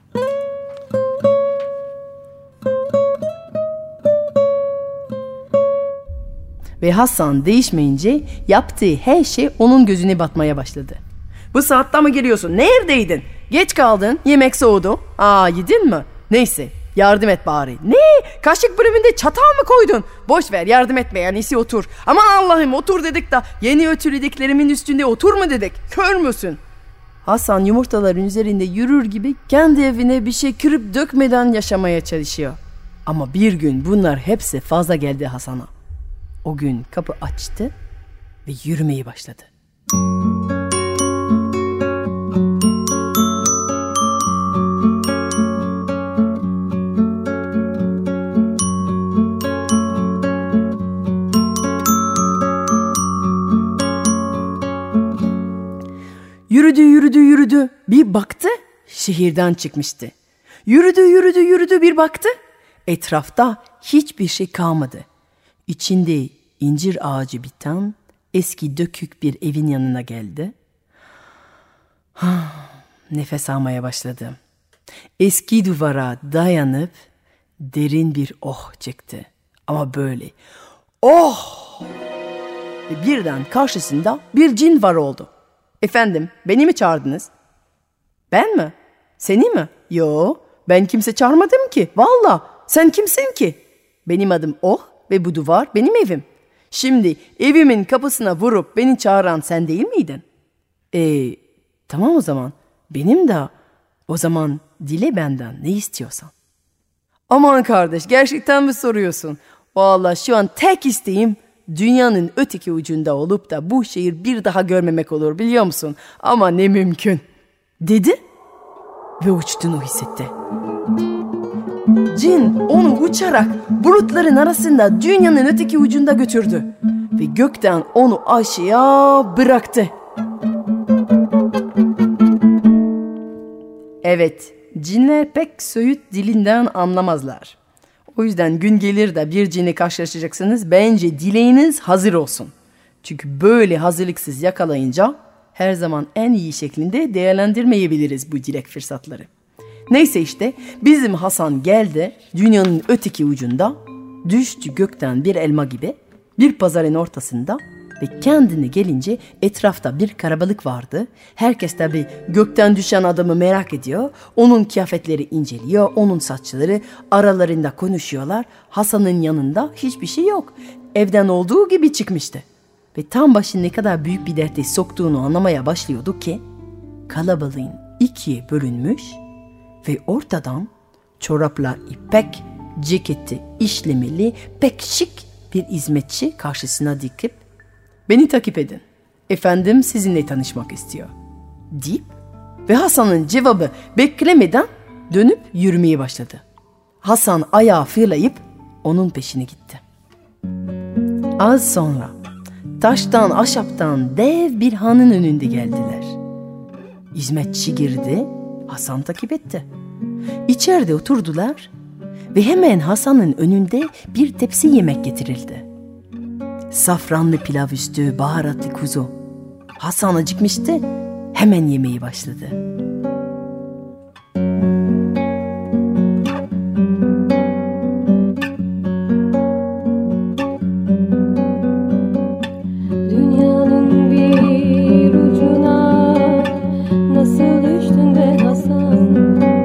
Ve Hasan değişmeyince yaptığı her şey onun gözüne batmaya başladı. Bu saatte mi geliyorsun? Neredeydin? Geç kaldın. Yemek soğudu. Yedin mi? Neyse yardım et bari. Ne? Kaşık bölümünde çatal mı koydun? Boş ver, yardım etme, en iyisi otur. Aman Allah'ım, otur dedik de yeni ötülediklerimin üstünde otur mu dedik? Kör müsün? Hasan yumurtaların üzerinde yürür gibi kendi evine bir şey kırıp dökmeden yaşamaya çalışıyor. Ama bir gün bunlar hepsi fazla geldi Hasan'a. O gün kapı açtı ve yürümeye başladı. Yürüdü. Bir baktı, şehirden çıkmıştı. Yürüdü, bir baktı. Etrafta hiçbir şey kalmadı. İçinde incir ağacı biten eski dökük bir evin yanına geldi. Nefes almaya başladı. Eski duvara dayanıp derin bir oh çekti. Ama böyle oh! Ve birden karşısında bir cin var oldu. Efendim, beni mi çağırdınız? Ben mi? Seni mi? Yo, ben kimse çağırmadım ki. Vallahi, sen kimsin ki? Benim adım Oh ve bu duvar benim evim. Şimdi evimin kapısına vurup beni çağıran sen değil miydin? Tamam o zaman. Benim de. O zaman dile benden ne istiyorsan. Aman kardeş, gerçekten mi soruyorsun? Vallahi şu an tek isteğim dünyanın öteki ucunda olup da bu şehir bir daha görmemek olur, biliyor musun? Ama ne mümkün. Dedi ve uçtuğunu hissetti. Cin onu uçarak bulutların arasında dünyanın öteki ucunda götürdü ve gökten onu aşağıya bıraktı. Evet, cinler pek Söğüt dilinden anlamazlar. O yüzden gün gelir de bir cinle karşılaşacaksınız, bence dileğiniz hazır olsun. Çünkü böyle hazırlıksız yakalayınca her zaman en iyi şeklinde değerlendirmeyebiliriz bu dilek fırsatları. Neyse işte bizim Hasan geldi dünyanın öteki ucunda, düştü gökten bir elma gibi bir pazarın ortasında ve kendine gelince etrafta bir karabalık vardı. Herkes tabii gökten düşen adamı merak ediyor. Onun kıyafetleri inceliyor, onun saçları aralarında konuşuyorlar. Hasan'ın yanında hiçbir şey yok. Evden olduğu gibi çıkmıştı. Ve tam başını ne kadar büyük bir derte soktuğunu anlamaya başlıyordu ki kalabalığın ikiye bölünmüş ve ortadan çorapla ipek, ceketi işlemeli pek şık bir hizmetçi karşısına dikip "Beni takip edin. Efendim sizinle tanışmak istiyor." deyip ve Hasan'ın cevabı beklemeden dönüp yürümeye başladı. Hasan ayağı fırlayıp onun peşine gitti. Az sonra taştan ahşaptan dev bir hanın önünde geldiler. Hizmetçi girdi, Hasan takip etti. İçeride oturdular ve hemen Hasan'ın önünde bir tepsi yemek getirildi. Safranlı pilav üstü baharatlı kuzu. Hasan acıkmıştı, hemen yemeği başladı. Dünyanın bir ucuna nasıl düştün be Hasan?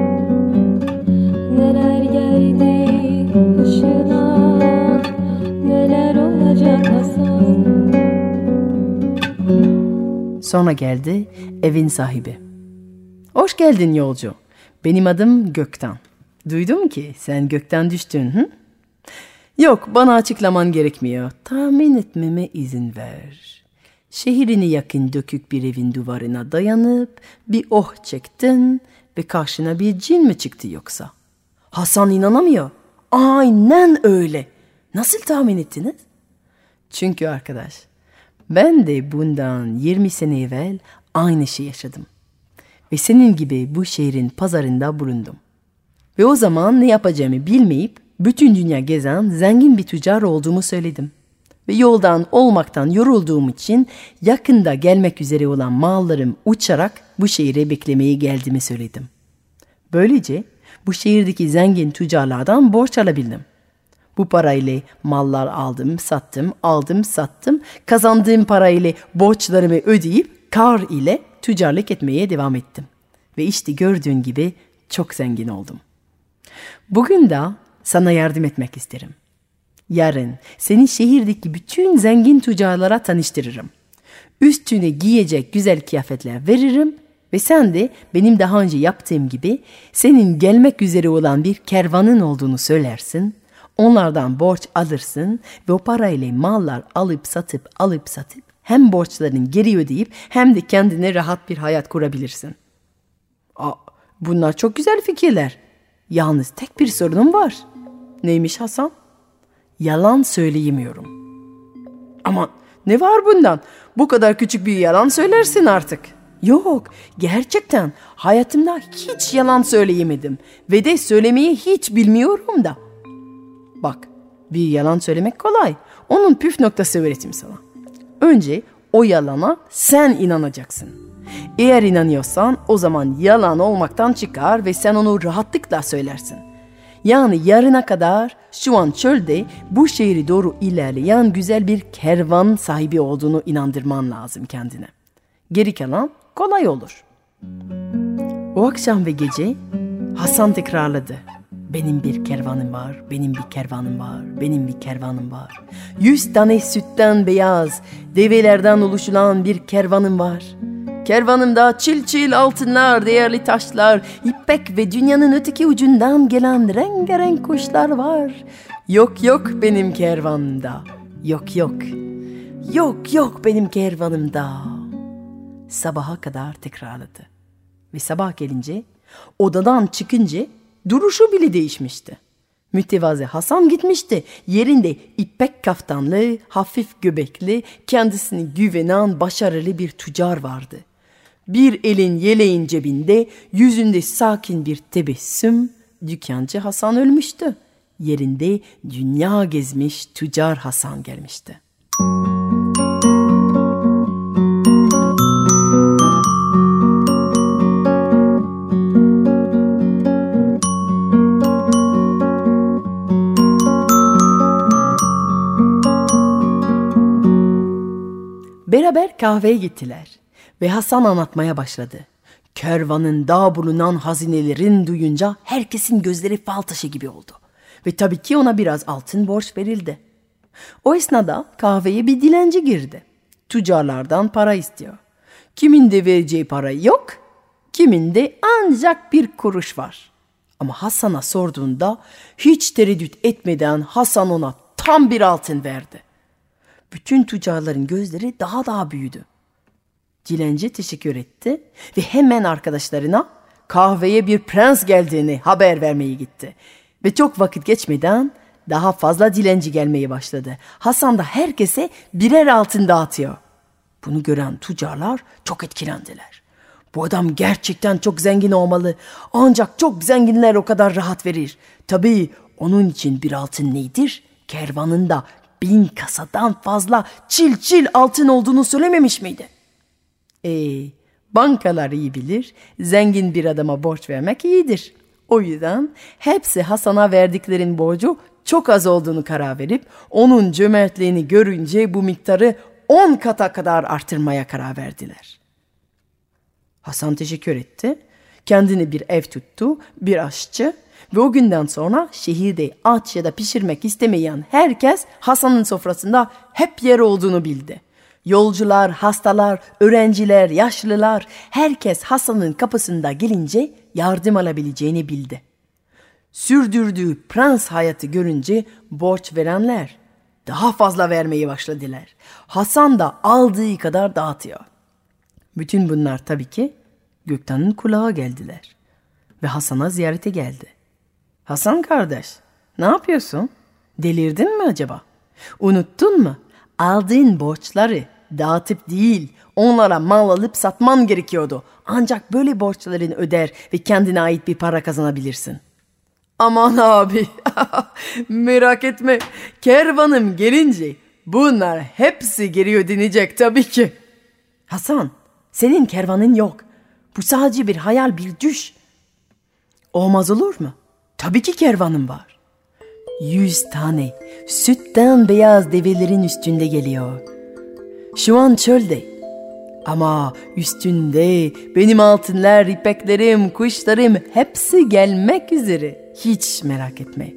Neler geldi başına, neler olacak Hasan? Sonra geldi evin sahibi. "Hoş geldin yolcu. Benim adım Gökten. Duydum ki sen gökten düştün. Hı? Yok, bana açıklaman gerekmiyor. Tahmin etmeme izin ver. Şehrini yakın dökük bir evin duvarına dayanıp bir oh çektin ve karşına bir cin mi çıktı yoksa?" Hasan inanamıyor. Aynen öyle. Nasıl tahmin ettiniz? Çünkü arkadaş, ben de bundan 20 sene evvel aynı şey yaşadım. Ve senin gibi bu şehrin pazarında bulundum. Ve o zaman ne yapacağımı bilmeyip bütün dünya gezen zengin bir tüccar olduğumu söyledim. Ve yoldan olmaktan yorulduğum için yakında gelmek üzere olan mallarım uçarak bu şehre beklemeye geldiğimi söyledim. Böylece bu şehirdeki zengin tüccarlardan borç alabildim. Bu parayla mallar aldım sattım. Kazandığım parayla borçlarımı ödeyip kar ile tüccarlık etmeye devam ettim. Ve işte gördüğün gibi çok zengin oldum. Bugün de sana yardım etmek isterim. Yarın seni şehirdeki bütün zengin tüccarlara tanıştırırım. Üstüne giyecek güzel kıyafetler veririm ve sen de benim daha önce yaptığım gibi senin gelmek üzere olan bir kervanın olduğunu söylersin. Onlardan borç alırsın ve o parayla mallar alıp satıp hem borçlarını geri ödeyip hem de kendine rahat bir hayat kurabilirsin. Bunlar çok güzel fikirler. Yalnız tek bir sorunum var. Neymiş Hasan? Yalan söyleyemiyorum. Ama ne var bundan? Bu kadar küçük bir yalan söylersin artık. Yok, gerçekten hayatımda hiç yalan söyleyemedim ve de söylemeyi hiç bilmiyorum da. Bak, bir yalan söylemek kolay. Onun püf noktası öğreteyim sana. Önce o yalana sen inanacaksın. Eğer inanıyorsan o zaman yalan olmaktan çıkar ve sen onu rahatlıkla söylersin. Yani yarına kadar şu an çölde bu şehri doğru ilerleyen güzel bir kervan sahibi olduğunu inandırman lazım kendine. Geri kalan kolay olur. O akşam ve gece Hasan tekrarladı. Benim bir kervanım var, benim bir kervanım var, benim bir kervanım var. 100 tane sütten beyaz, develerden oluşulan bir kervanım var. Kervanımda çil çil altınlar, değerli taşlar, ipek ve dünyanın öteki ucundan gelen rengarenk kuşlar var. Yok yok benim kervanımda, yok yok, yok yok benim kervanımda. Sabaha kadar tekrarladı. Ve sabah gelince, odadan çıkınca Duruşu bile değişmişti. Mütevazı Hasan gitmişti. Yerinde ipek kaftanlı, hafif göbekli, kendisine güvenen başarılı bir tüccar vardı. Bir elin yeleğin cebinde, yüzünde sakin bir tebessüm, dükkancı Hasan ölmüştü. Yerinde dünya gezmiş tüccar Hasan gelmişti. Beraber kahveye gittiler ve Hasan anlatmaya başladı. Kervanında bulunan hazinelerin duyunca herkesin gözleri fal taşı gibi oldu. Ve tabii ki ona biraz altın borç verildi. O esnada kahveye bir dilenci girdi. Tüccarlardan para istiyor. Kiminde vereceği para yok, kiminde ancak bir kuruş var. Ama Hasan'a sorduğunda hiç tereddüt etmeden Hasan ona tam bir altın verdi. Bütün tüccarların gözleri daha büyüdü. Dilenci teşekkür etti ve hemen arkadaşlarına kahveye bir prens geldiğini haber vermeye gitti. Ve çok vakit geçmeden daha fazla dilenci gelmeye başladı. Hasan da herkese birer altın dağıtıyor. Bunu gören tüccarlar çok etkilendiler. Bu adam gerçekten çok zengin olmalı. Ancak çok zenginler o kadar rahat verir. Tabii onun için bir altın nedir? Kervanında 1000 kasadan fazla çil altın olduğunu söylememiş miydi? Bankalar iyi bilir, zengin bir adama borç vermek iyidir. O yüzden hepsi Hasan'a verdiklerin borcu çok az olduğunu karar verip onun cömertliğini görünce bu miktarı 10 kata kadar artırmaya karar verdiler. Hasan teşekkür etti, kendine bir ev tuttu, bir aşçı ve o günden sonra şehirde aç ya da pişirmek istemeyen herkes Hasan'ın sofrasında hep yer olduğunu bildi. Yolcular, hastalar, öğrenciler, yaşlılar, herkes Hasan'ın kapısında gelince yardım alabileceğini bildi. Sürdürdüğü prens hayatı görünce borç verenler daha fazla vermeye başladılar. Hasan da aldığı kadar dağıtıyor. Bütün bunlar tabii ki Gökten'in kulağa geldiler ve Hasan'a ziyarete geldi. Hasan kardeş, ne yapıyorsun? Delirdin mi acaba? Unuttun mu? Aldığın borçları dağıtıp değil, onlara mal alıp satman gerekiyordu. Ancak böyle borçlarını öder ve kendine ait bir para kazanabilirsin. Aman abi, merak etme. Kervanım gelince bunlar hepsi geri ödenecek tabii ki. Hasan, senin kervanın yok. Bu sadece bir hayal, bir düş. Olmaz olur mu? Tabii ki kervanım var. 100 tane sütten beyaz develerin üstünde geliyor. Şu an çölde. Ama üstünde benim altınlar, ipeklerim, kuşlarım hepsi gelmek üzere. Hiç merak etme.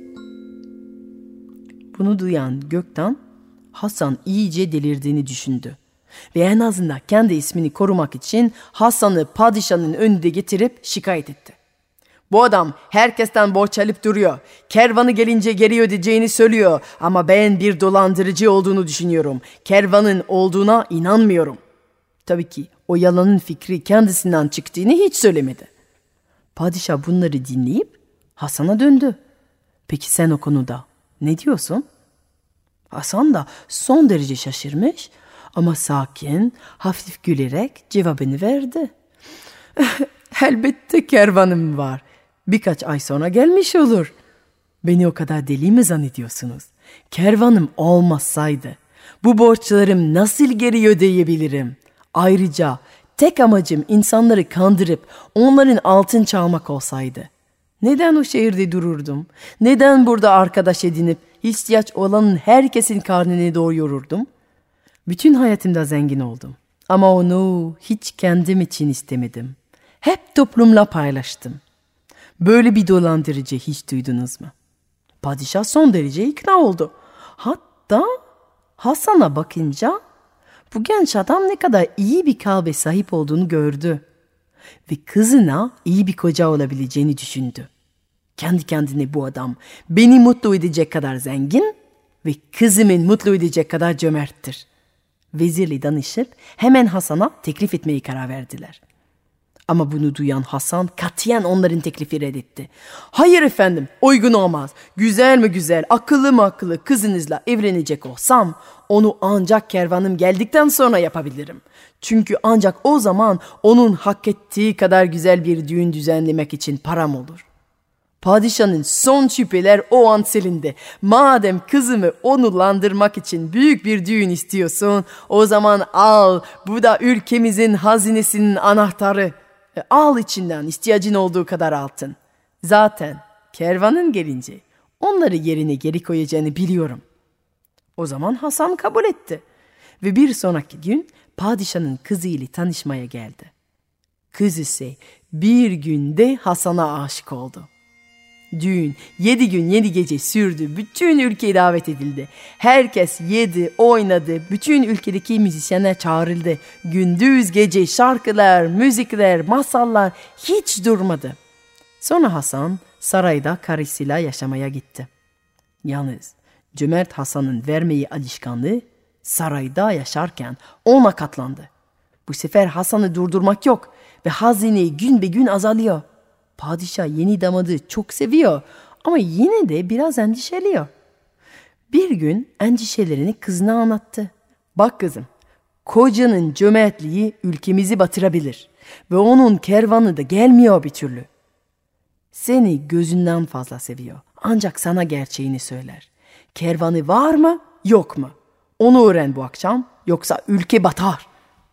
Bunu duyan Gökten, Hasan iyice delirdiğini düşündü. Ve en azından kendi ismini korumak için Hasan'ı padişahın önünde getirip şikayet etti. Bu adam herkesten borç alıp duruyor. Kervanı gelince geri ödeyeceğini söylüyor. Ama ben bir dolandırıcı olduğunu düşünüyorum. Kervanın olduğuna inanmıyorum. Tabii ki o yalanın fikri kendisinden çıktığını hiç söylemedi. Padişah bunları dinleyip Hasan'a döndü. Peki sen o konuda ne diyorsun? Hasan da son derece şaşırmış ama sakin, hafif gülerek cevabını verdi. Elbette kervanım var. Birkaç ay sonra gelmiş olur. Beni o kadar deli mi zannediyorsunuz? Kervanım olmasaydı bu borçlarım nasıl geri ödeyebilirim? Ayrıca tek amacım insanları kandırıp onların altın çalmak olsaydı. Neden o şehirde dururdum? Neden burada arkadaş edinip ihtiyaç olanın herkesin karnını doyururdum? Bütün hayatımda zengin oldum. Ama onu hiç kendim için istemedim. Hep toplumla paylaştım. Böyle bir dolandırıcı hiç duydunuz mu? Padişah son derece ikna oldu. Hatta Hasan'a bakınca bu genç adam ne kadar iyi bir kalbe sahip olduğunu gördü. Ve kızına iyi bir koca olabileceğini düşündü. Kendi kendine bu adam beni mutlu edecek kadar zengin ve kızımın mutlu edecek kadar cömerttir. Vezirle danışıp hemen Hasan'a teklif etmeyi karar verdiler. Ama bunu duyan Hasan katiyen onların teklifi reddetti. Hayır efendim, uygun olmaz. Güzel mi güzel, akıllı mı akıllı kızınızla evlenecek olsam onu ancak kervanım geldikten sonra yapabilirim. Çünkü ancak o zaman onun hak ettiği kadar güzel bir düğün düzenlemek için param olur. Padişahın son şüpheler o an silindi. Madem kızımı onurlandırmak için büyük bir düğün istiyorsun, o zaman al, bu da ülkemizin hazinesinin anahtarı. Al içinden ihtiyacın olduğu kadar altın. Zaten kervanın gelince onları yerine geri koyacağını biliyorum. O zaman Hasan kabul etti. Ve bir sonraki gün padişahın kızı ile tanışmaya geldi. Kız ise bir günde Hasan'a aşık oldu. Düğün 7 gün 7 gece sürdü. Bütün ülkeye davet edildi. Herkes yedi, oynadı. Bütün ülkedeki müzisyenler çağrıldı. Gündüz gece şarkılar, müzikler, masallar hiç durmadı. Sonra Hasan sarayda karısıyla yaşamaya gitti. Yalnız cömert Hasan'ın vermeyi alışkanlığı sarayda yaşarken ona katlandı. Bu sefer Hasan'ı durdurmak yok ve hazine gün be gün azalıyor. Padişah yeni damadı çok seviyor ama yine de biraz endişeliyor. Bir gün endişelerini kızına anlattı. Bak kızım, kocanın cömertliği ülkemizi batırabilir ve onun kervanı da gelmiyor bir türlü. Seni gözünden fazla seviyor, ancak sana gerçeğini söyler. Kervanı var mı yok mu? Onu öğren bu akşam, yoksa ülke batar.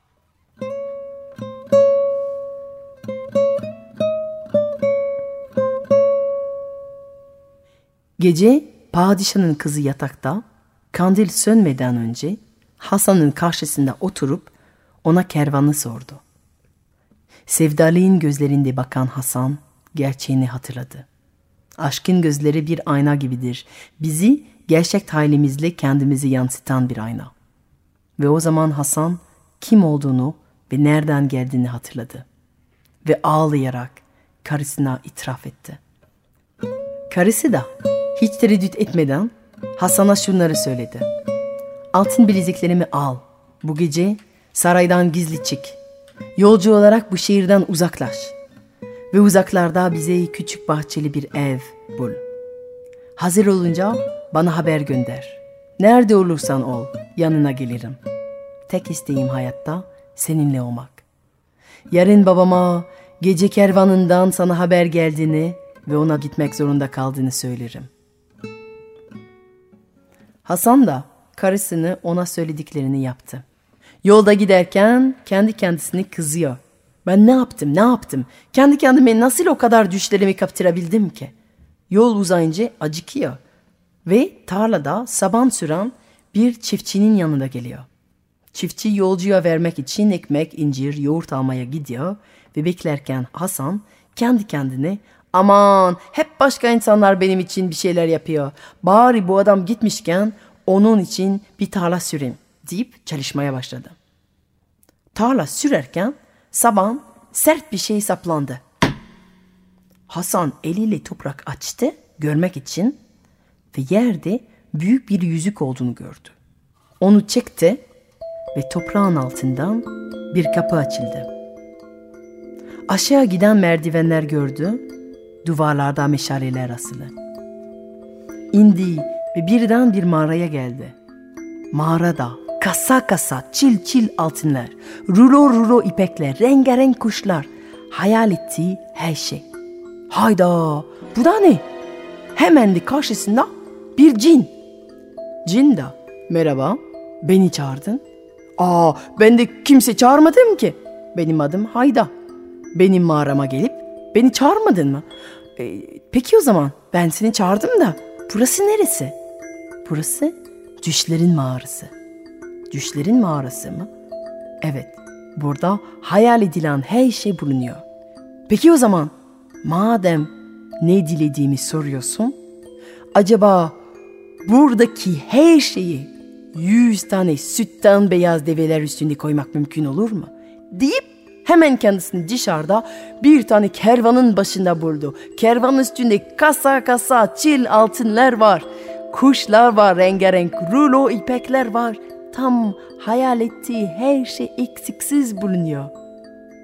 Gece padişahın kızı yatakta, kandil sönmeden önce Hasan'ın karşısında oturup ona kervanı sordu. Sevdalığın gözlerinde bakan Hasan gerçeğini hatırladı. Aşkın gözleri bir ayna gibidir. Bizi gerçek halimizle kendimizi yansıtan bir ayna. Ve o zaman Hasan kim olduğunu ve nereden geldiğini hatırladı. Ve ağlayarak karısına itiraf etti. Karısı da hiç tereddüt etmeden Hasan'a şunları söyledi. Altın bileziklerimi al. Bu gece saraydan gizli çık. Yolcu olarak bu şehirden uzaklaş. Ve uzaklarda bize küçük bahçeli bir ev bul. Hazır olunca bana haber gönder. Nerede olursan ol, yanına gelirim. Tek isteğim hayatta seninle olmak. Yarın babama gece kervanından sana haber geldiğini ve ona gitmek zorunda kaldığını söylerim. Hasan da karısını ona söylediklerini yaptı. Yolda giderken kendi kendisine kızıyor. Ben ne yaptım? Kendi kendime nasıl o kadar düşlerimi kaptırabildim ki? Yol uzayınca acıkıyor. Ve tarlada saban süren bir çiftçinin yanına geliyor. Çiftçi yolcuya vermek için ekmek, incir, yoğurt almaya gidiyor. Ve beklerken Hasan kendi kendine aman hep başka insanlar benim için bir şeyler yapıyor. Bari bu adam gitmişken onun için bir tarla süreyim deyip çalışmaya başladı. Tarla sürerken saban sert bir şey saplandı. Hasan eliyle toprak açtı görmek için ve yerde büyük bir yüzük olduğunu gördü. Onu çekti ve toprağın altından bir kapı açıldı. Aşağı giden merdivenler gördü. Duvarlarda meşaleler asılı. İndi ve birden bir mağaraya geldi. Mağarada kasa kasa çil çil altınlar, rulo rulo ipekler, rengarenk kuşlar, hayal ettiği her şey. Hayda, bu da ne? Hemen de karşısında bir cin. Cin de, merhaba, beni çağırdın. Ben de kimse çağırmadım ki. Benim adım Hayda. Benim mağarama gelip beni çağırmadın mı? Peki o zaman ben seni çağırdım da burası neresi? Burası düşlerin mağarası. Düşlerin mağarası mı? Evet, burada hayal edilen her şey bulunuyor. Peki o zaman madem ne dilediğimi soruyorsun, acaba buradaki her şeyi 100 tane sütten beyaz develer üstünde koymak mümkün olur mu? Deyip hemen kendisini dışarıda bir tane kervanın başında buldu. Kervanın üstünde kasa kasa çil altınlar var. Kuşlar var, rengarenk rulo ipekler var. Tam hayal ettiği her şey eksiksiz bulunuyor.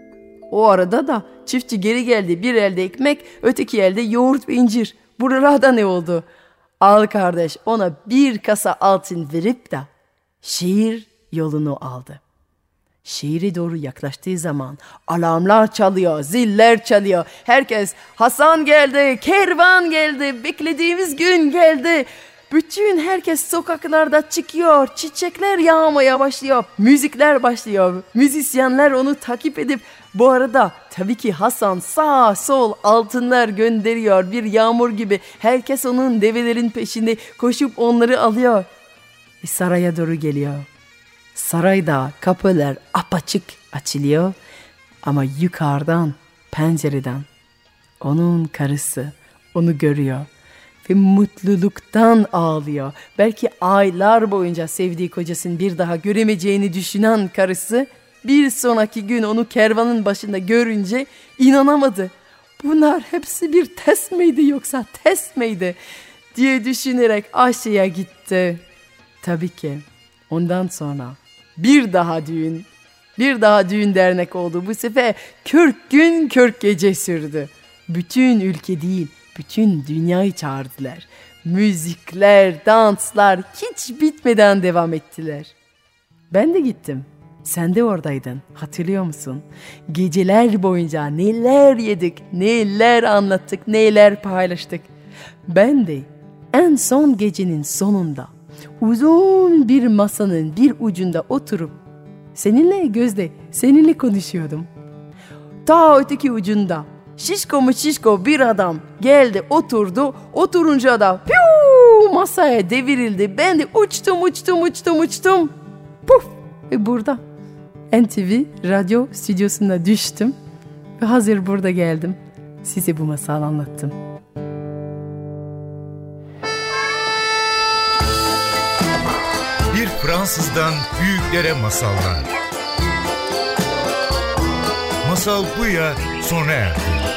O arada da çiftçi geri geldi. Bir elde ekmek, öteki elde yoğurt ve incir. Buralarda ne oldu? Al kardeş, ona bir kasa altın verip de şehir yolunu aldı. Şehire doğru yaklaştığı zaman alarmlar çalıyor, ziller çalıyor. Herkes Hasan geldi, kervan geldi, beklediğimiz gün geldi. Bütün herkes sokaklarda çıkıyor, çiçekler yağmaya başlıyor, müzikler başlıyor. Müzisyenler onu takip edip bu arada tabii ki Hasan sağ sol altınlar gönderiyor bir yağmur gibi. Herkes onun develerin peşinde koşup onları alıyor. Saraya doğru geliyor. Sarayda kapılar apaçık açılıyor ama yukarıdan, pencereden onun karısı onu görüyor ve mutluluktan ağlıyor. Belki aylar boyunca sevdiği kocasını bir daha göremeyeceğini düşünen karısı bir sonraki gün onu kervanın başında görünce inanamadı. Bunlar hepsi bir test miydi yoksa test miydi diye düşünerek aşağıya gitti. Tabii ki ondan sonra bir daha düğün dernek oldu. Bu sefer 40 gün 40 gece sürdü. Bütün ülke değil, bütün dünyayı çağırdılar. Müzikler, danslar hiç bitmeden devam ettiler. Ben de gittim. Sen de oradaydın. Hatırlıyor musun? Geceler boyunca neler yedik, neler anlattık, neler paylaştık. Ben de en son gecenin sonunda uzun bir masanın bir ucunda oturup seninle konuşuyordum. Ta öteki ucunda şişko bir adam geldi oturdu. Oturunca da masaya devirildi. Ben de uçtum. Puf! Ve burada NTV radyo stüdyosuna düştüm. Ve hazır burada geldim. Size bu masalı anlattım. Bir Fransızdan büyüklere masallar. Masal Buya sona erdi.